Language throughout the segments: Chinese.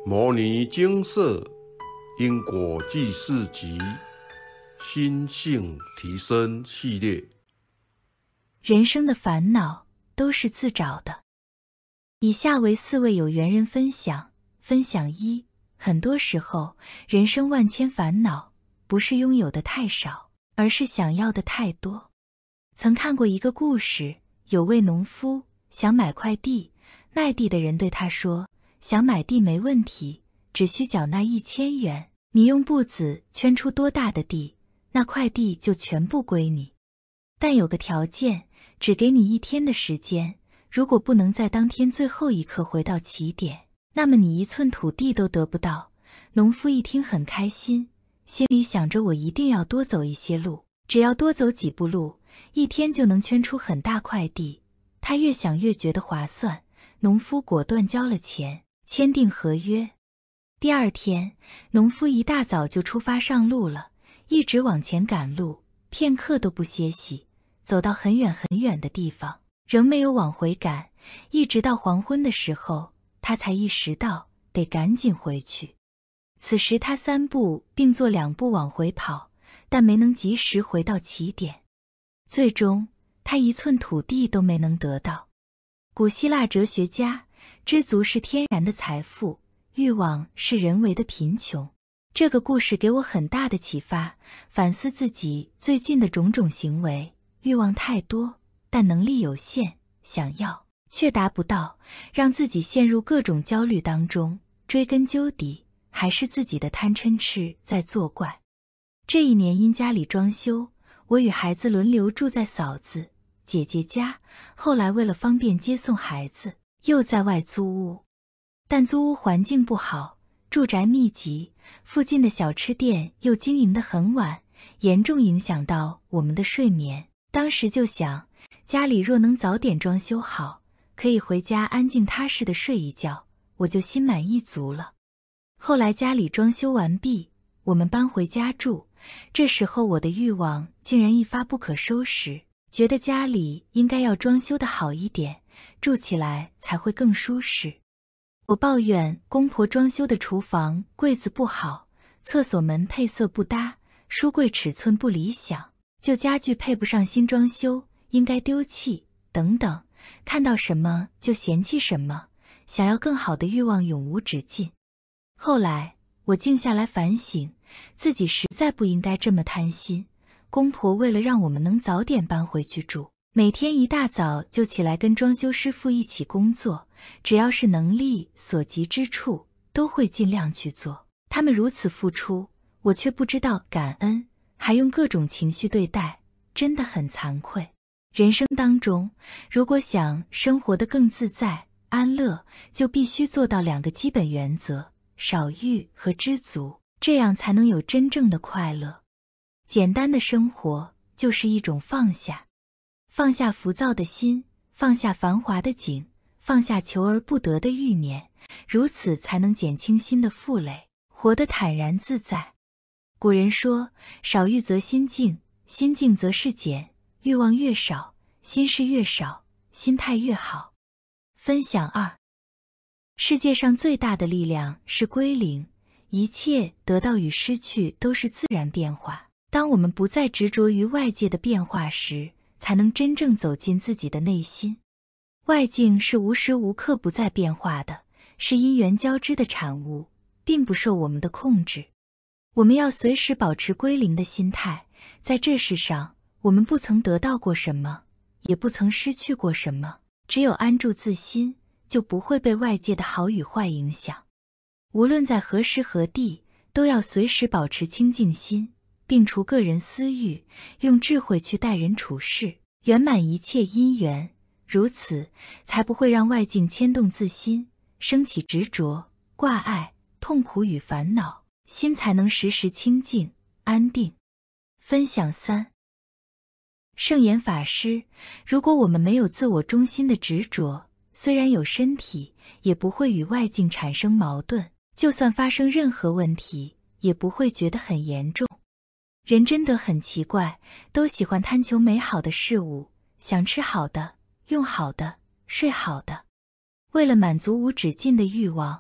摩尼精舍因果记事集心性提升系列。 人生的烦恼都是自找的。以下为4位有缘人分享。分享1：很多时候，人生万千烦恼，不是拥有的太少，而是想要的太多。曾看过一个故事，有位农夫想买块地，卖地的人对他说，想买地没问题，只需缴纳1000元，你用布子圈出多大的地，那块地就全部归你。但有个条件，只给你1天的时间，如果不能在当天最后一刻回到起点，那么你1寸土地都得不到。农夫一听很开心，心里想着我一定要多走一些路，只要多走几步路，1天就能圈出很大块地。他越想越觉得划算，农夫果断交了钱，签订合约。第2天，农夫一大早就出发上路了，一直往前赶路，片刻都不歇息，走到很远很远的地方，仍没有往回赶，一直到黄昏的时候，他才意识到得赶紧回去。此时他3步并作2步往回跑，但没能及时回到起点。最终，他1寸土地都没能得到。古希腊哲学家，知足是天然的财富，欲望是人为的贫穷。这个故事给我很大的启发，反思自己最近的种种行为，欲望太多，但能力有限，想要却达不到，让自己陷入各种焦虑当中，追根究底，还是自己的贪嗔痴在作怪。这一年因家里装修，我与孩子轮流住在嫂子、姐姐家，后来为了方便接送孩子，又在外租屋。但租屋环境不好，住宅密集，附近的小吃店又经营得很晚，严重影响到我们的睡眠。当时就想，家里若能早点装修好，可以回家安静踏实地睡一觉，我就心满意足了。后来家里装修完毕，我们搬回家住，这时候我的欲望竟然一发不可收拾，觉得家里应该要装修得好一点，住起来才会更舒适。我抱怨公婆装修的厨房柜子不好，厕所门配色不搭，书柜尺寸不理想，旧家具配不上新装修，应该丢弃，等等，看到什么就嫌弃什么，想要更好的欲望永无止境。后来我静下来反省，自己实在不应该这么贪心。公婆为了让我们能早点搬回去住，每天一大早就起来跟装修师傅一起工作，只要是能力所及之处，都会尽量去做。他们如此付出，我却不知道感恩，还用各种情绪对待，真的很惭愧。人生当中，如果想生活得更自在、安乐，就必须做到2个基本原则：少欲和知足，这样才能有真正的快乐。简单的生活就是一种放下，放下浮躁的心，放下繁华的景，放下求而不得的欲念，如此才能减轻心的负累，活得坦然自在。古人说，少欲则心静，心静则事减，欲望越少，心事越少，心态越好。分享2：世界上最大的力量是归零，一切得到与失去都是自然变化。当我们不再执着于外界的变化时，才能真正走进自己的内心。外境是无时无刻不在变化的，是因缘交织的产物，并不受我们的控制。我们要随时保持归零的心态，在这世上，我们不曾得到过什么，也不曾失去过什么，只有安住自心，就不会被外界的好与坏影响。无论在何时何地，都要随时保持清净心，摒除个人私欲，用智慧去待人处事，圆满一切因缘，如此才不会让外境牵动自心，升起执着、挂碍、痛苦与烦恼，心才能时时清净、安定。分享3：圣严法师，如果我们没有自我中心的执着，虽然有身体，也不会与外境产生矛盾，就算发生任何问题，也不会觉得很严重。人真的很奇怪，都喜欢贪求美好的事物，想吃好的，用好的，睡好的。为了满足无止境的欲望，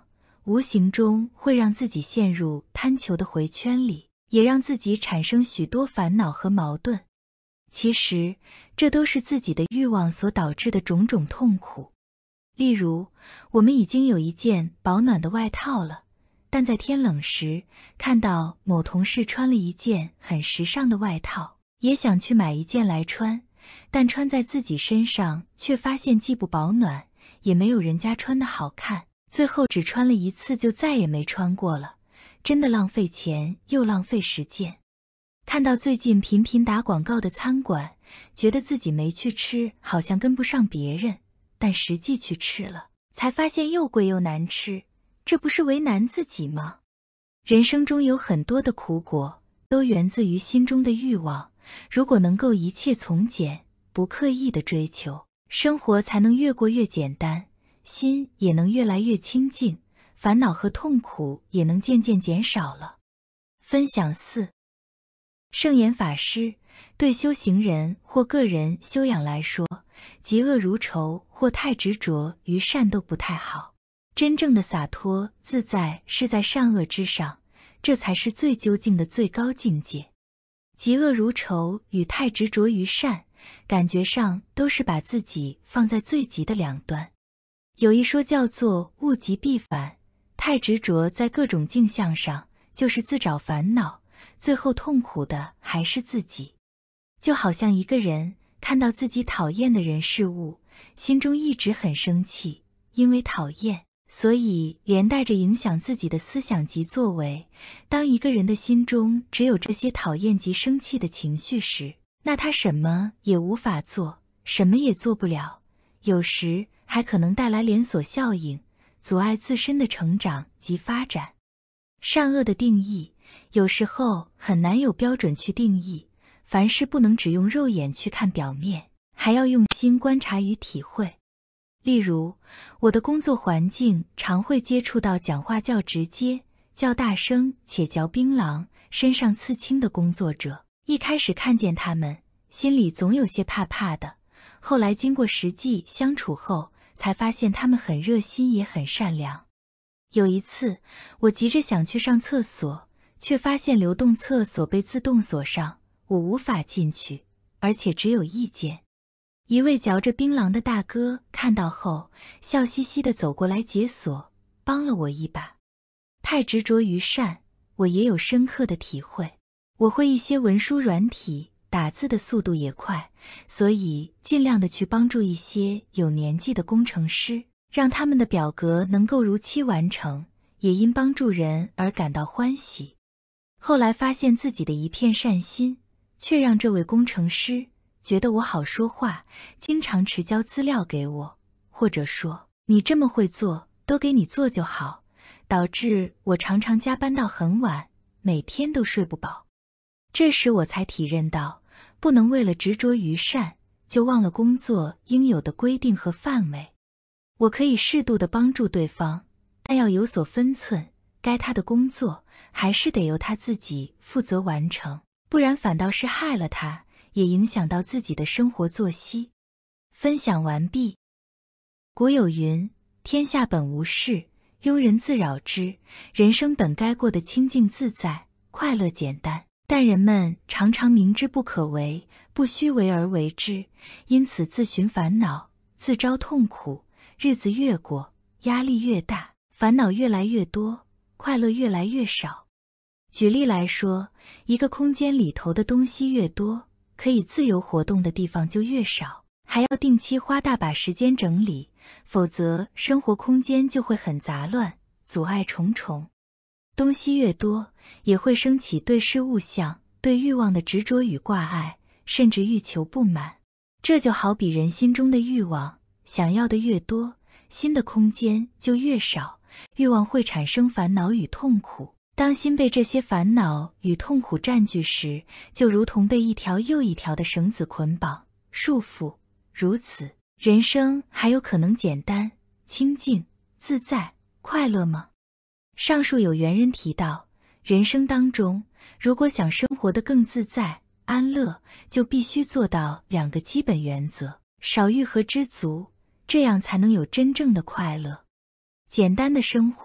无形中会让自己陷入贪求的回圈里，也让自己产生许多烦恼和矛盾。其实，这都是自己的欲望所导致的种种痛苦。例如，我们已经有一件保暖的外套了，但在天冷时，看到某同事穿了一件很时尚的外套，也想去买一件来穿，但穿在自己身上却发现既不保暖，也没有人家穿的好看，最后只穿了一次就再也没穿过了，真的浪费钱又浪费时间。看到最近频频打广告的餐馆，觉得自己没去吃好像跟不上别人，但实际去吃了，才发现又贵又难吃，这不是为难自己吗？人生中有很多的苦果，都源自于心中的欲望，如果能够一切从简，不刻意的追求，生活才能越过越简单，心也能越来越清净，烦恼和痛苦也能渐渐减少了。分享4。圣严法师，对修行人或个人修养来说，嫉恶如仇或太执着于善都不太好。真正的洒脱自在是在善恶之上，这才是最究竟的最高境界。嫉恶如仇与太执着于善，感觉上都是把自己放在最极的两端。有一说叫做物极必反，太执着在各种境象上，就是自找烦恼，最后痛苦的还是自己。就好像一个人看到自己讨厌的人事物，心中一直很生气，因为讨厌，所以连带着影响自己的思想及作为。当一个人的心中只有这些讨厌及生气的情绪时，那他什么也无法做，什么也做不了，有时还可能带来连锁效应，阻碍自身的成长及发展。善恶的定义有时候很难有标准去定义，凡事不能只用肉眼去看表面，还要用心观察与体会。例如，我的工作环境常会接触到讲话较直接、较大声且嚼槟榔、身上刺青的工作者。一开始看见他们，心里总有些怕怕的，后来经过实际相处后，才发现他们很热心也很善良。有一次，我急着想去上厕所，却发现流动厕所被自动锁上，我无法进去，而且只有一间。一位嚼着槟榔的大哥看到后，笑嘻嘻地走过来解锁，帮了我一把。太执着于善，我也有深刻的体会。我会一些文书软体，打字的速度也快，所以尽量的去帮助一些有年纪的工程师，让他们的表格能够如期完成，也因帮助人而感到欢喜。后来发现自己的一片善心，却让这位工程师觉得我好说话，经常迟交资料给我，或者说你这么会做，都给你做就好，导致我常常加班到很晚，每天都睡不饱。这时我才体认到，不能为了执着于善，就忘了工作应有的规定和范围。我可以适度地帮助对方，但要有所分寸，该他的工作还是得由他自己负责完成，不然反倒是害了他，也影响到自己的生活作息。分享完毕。古有云：天下本无事，庸人自扰之。人生本该过得清静自在、快乐简单，但人们常常明知不可为，不须为而为之，因此自寻烦恼，自招痛苦，日子越过，压力越大，烦恼越来越多，快乐越来越少。举例来说，一个空间里头的东西越多，可以自由活动的地方就越少，还要定期花大把时间整理，否则生活空间就会很杂乱，阻碍重重。东西越多，也会升起对事物相、对欲望的执着与挂碍，甚至欲求不满。这就好比人心中的欲望，想要的越多，心的空间就越少，欲望会产生烦恼与痛苦。当心被这些烦恼与痛苦占据时，就如同被一条又一条的绳子捆绑、束缚。如此，人生还有可能简单、清静、自在、快乐吗？上述有缘人提到，人生当中，如果想生活得更自在、安乐，就必须做到2个基本原则：少欲和知足，这样才能有真正的快乐。简单的生活，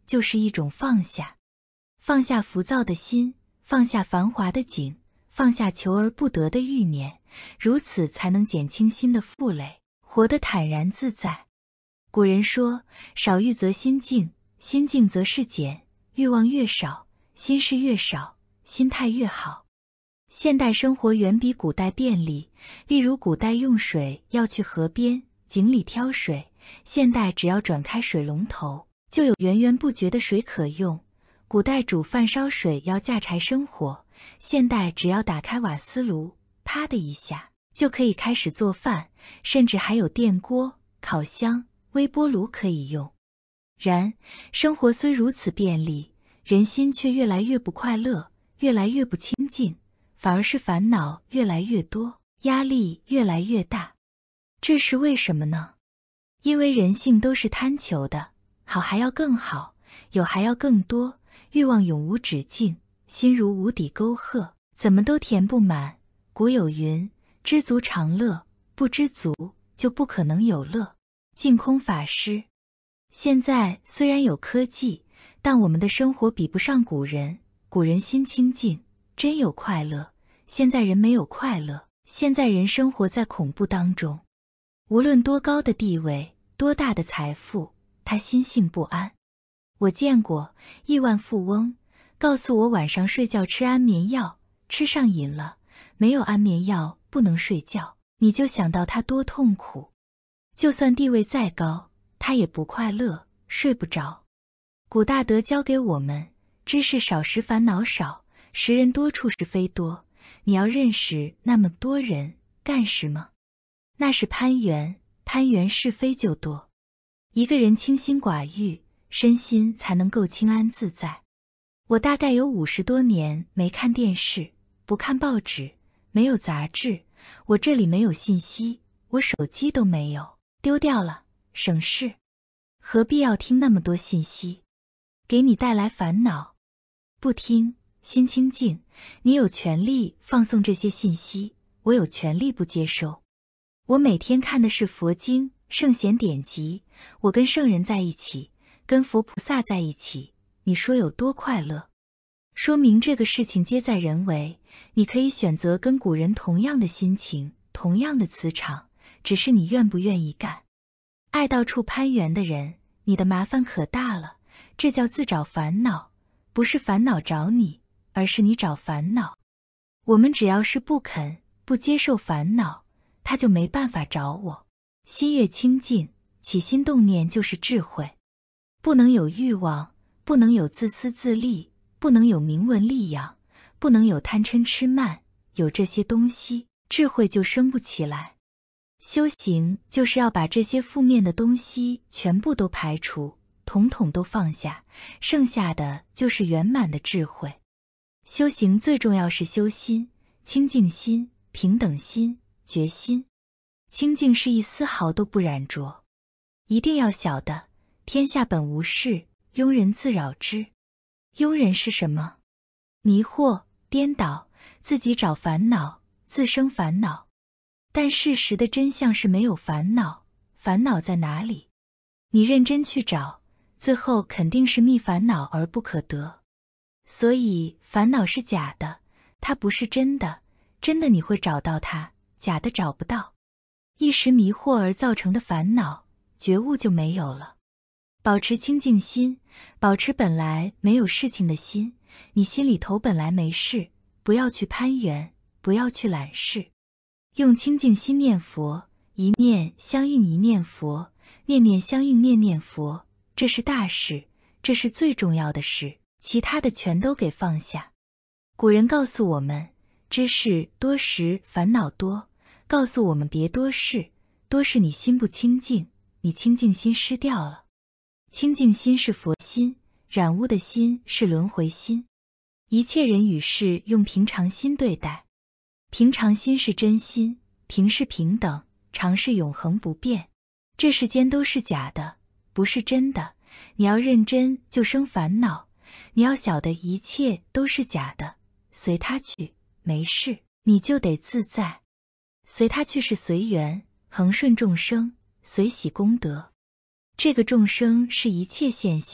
就是一种放下。放下浮躁的心，放下繁华的景，放下求而不得的欲念，如此才能减轻心的负累，活得坦然自在。古人说，少欲则心静，心静则事减，欲望越少，心事越少，心态越好。现代生活远比古代便利，例如古代用水要去河边、井里挑水，现代只要转开水龙头，就有源源不绝的水可用。古代煮饭烧水要架柴生火，现代只要打开瓦斯炉，啪的一下就可以开始做饭，甚至还有电锅、烤箱、微波炉可以用。然，生活虽如此便利，人心却越来越不快乐，越来越不清静，反而是烦恼越来越多，压力越来越大。这是为什么呢？因为人性都是贪求的，好还要更好，有还要更多，欲望永无止境，心如无底沟壑，怎么都填不满。古有云，知足常乐，不知足就不可能有乐。净空法师。现在虽然有科技，但我们的生活比不上古人，古人心清净，真有快乐。现在人没有快乐，现在人生活在恐怖当中。无论多高的地位，多大的财富，他心性不安。我见过亿万富翁告诉我，晚上睡觉吃安眠药，吃上瘾了，没有安眠药不能睡觉，你就想到他多痛苦。就算地位再高，他也不快乐，睡不着。古大德教给我们，知识少时烦恼少，识人多处是非多。你要认识那么多人干什么？那是攀缘，攀缘是非就多。一个人清心寡欲，身心才能够清安自在。我大概有50多年没看电视，不看报纸，没有杂志，我这里没有信息，我手机都没有，丢掉了，省事。何必要听那么多信息，给你带来烦恼？不听，心清净，你有权利放送这些信息，我有权利不接收。我每天看的是佛经、圣贤典籍，我跟圣人在一起，跟佛菩萨在一起，你说有多快乐？说明这个事情皆在人为，你可以选择跟古人同样的心情，同样的磁场，只是你愿不愿意干。爱到处攀缘的人，你的麻烦可大了，这叫自找烦恼，不是烦恼找你，而是你找烦恼。我们只要是不肯、不接受烦恼，他就没办法找我。心越清净，起心动念就是智慧。不能有欲望，不能有自私自利，不能有名闻利养，不能有贪嗔痴慢，有这些东西，智慧就生不起来。修行就是要把这些负面的东西全部都排除，统统都放下，剩下的就是圆满的智慧。修行最重要是修心，清净心、平等心、觉心。清净是一丝毫都不染着。一定要晓得，天下本无事，庸人自扰之。庸人是什么？迷惑、颠倒，自己找烦恼，自生烦恼。但事实的真相是没有烦恼，烦恼在哪里？你认真去找，最后肯定是觅烦恼而不可得。所以烦恼是假的，它不是真的，真的你会找到它，假的找不到。一时迷惑而造成的烦恼，觉悟就没有了。保持清净心，保持本来没有事情的心，你心里头本来没事，不要去攀缘，不要去揽事。用清净心念佛，一念相应一念佛，念念相应念念佛，这是大事，这是最重要的事，其他的全都给放下。古人告诉我们，知事多时烦恼多，告诉我们别多事，多是你心不清净，你清净心失掉了。清净心是佛心，染污的心是轮回心。一切人与事用平常心对待。平常心是真心，平是平等，常是永恒不变。这世间都是假的，不是真的。你要认真就生烦恼，你要晓得一切都是假的，随它去，没事，你就得自在。随它去是随缘，恒顺众生，随喜功德。这个众生是一切现象，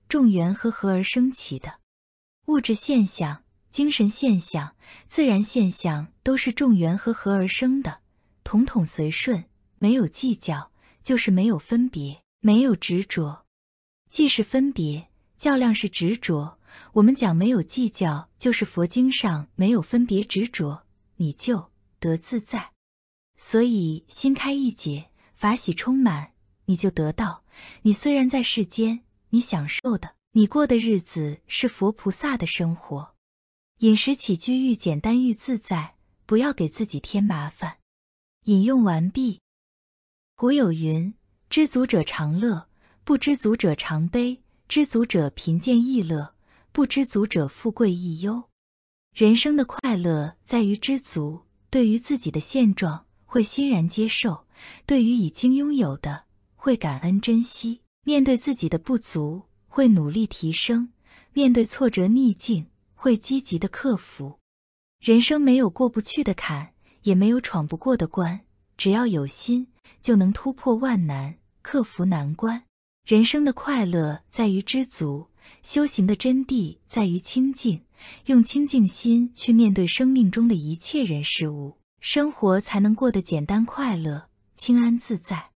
众缘和合而生起的。物质现象、精神现象、自然现象都是众缘和合而生的，统统随顺，没有计较，就是没有分别，没有执着。既是分别，较量是执着，我们讲没有计较，就是佛经上没有分别执着，你就得自在。所以心开意解，法喜充满，你就得到。你虽然在世间，你享受的，你过的日子是佛菩萨的生活。饮食起居愈简单愈自在，不要给自己添麻烦。引用完毕。古有云：知足者常乐，不知足者常悲，知足者贫贱亦乐，不知足者富贵亦忧。人生的快乐在于知足，对于自己的现状会欣然接受，对于已经拥有的会感恩珍惜，面对自己的不足会努力提升，面对挫折逆境会积极的克服。人生没有过不去的坎，也没有闯不过的关，只要有心，就能突破万难，克服难关。人生的快乐在于知足，修行的真谛在于清净，用清净心去面对生命中的一切人事物，生活才能过得简单快乐，清安自在。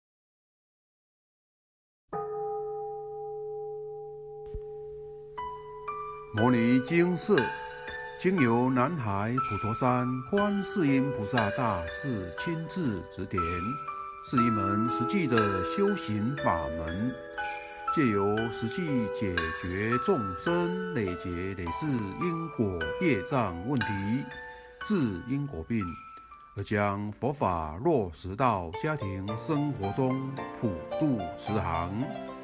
摩尼经释经由南海普陀山观世音菩萨大士亲自指点，是一门实际的修行法门，借由实际解决众生累劫累世因果业障问题，治因果病，而将佛法落实到家庭生活中，普度慈航。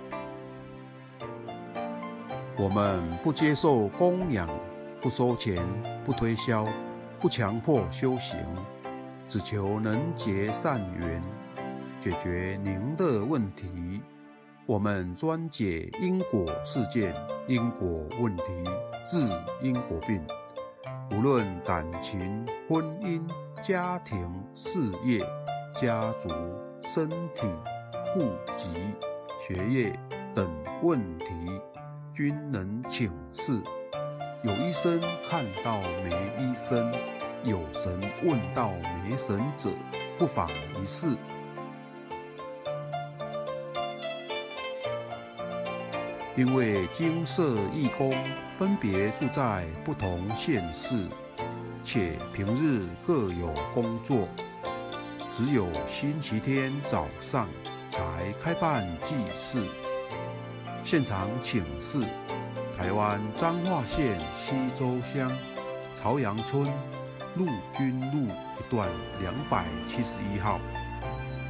我们不接受供养，不收钱，不推销，不强迫修行，只求能结善缘，解决您的问题。我们专解因果事件、因果问题，治因果病。无论感情、婚姻、家庭、事业、家族、身体、户籍、学业等问题，均能请示。有医生看到没医生，有神问到没神者，不妨一试。因为精舍义工分别住在不同县市，且平日各有工作，只有星期天早上才开办祭祀。现场请示台湾彰化县溪州乡朝阳村陆军路一段271号，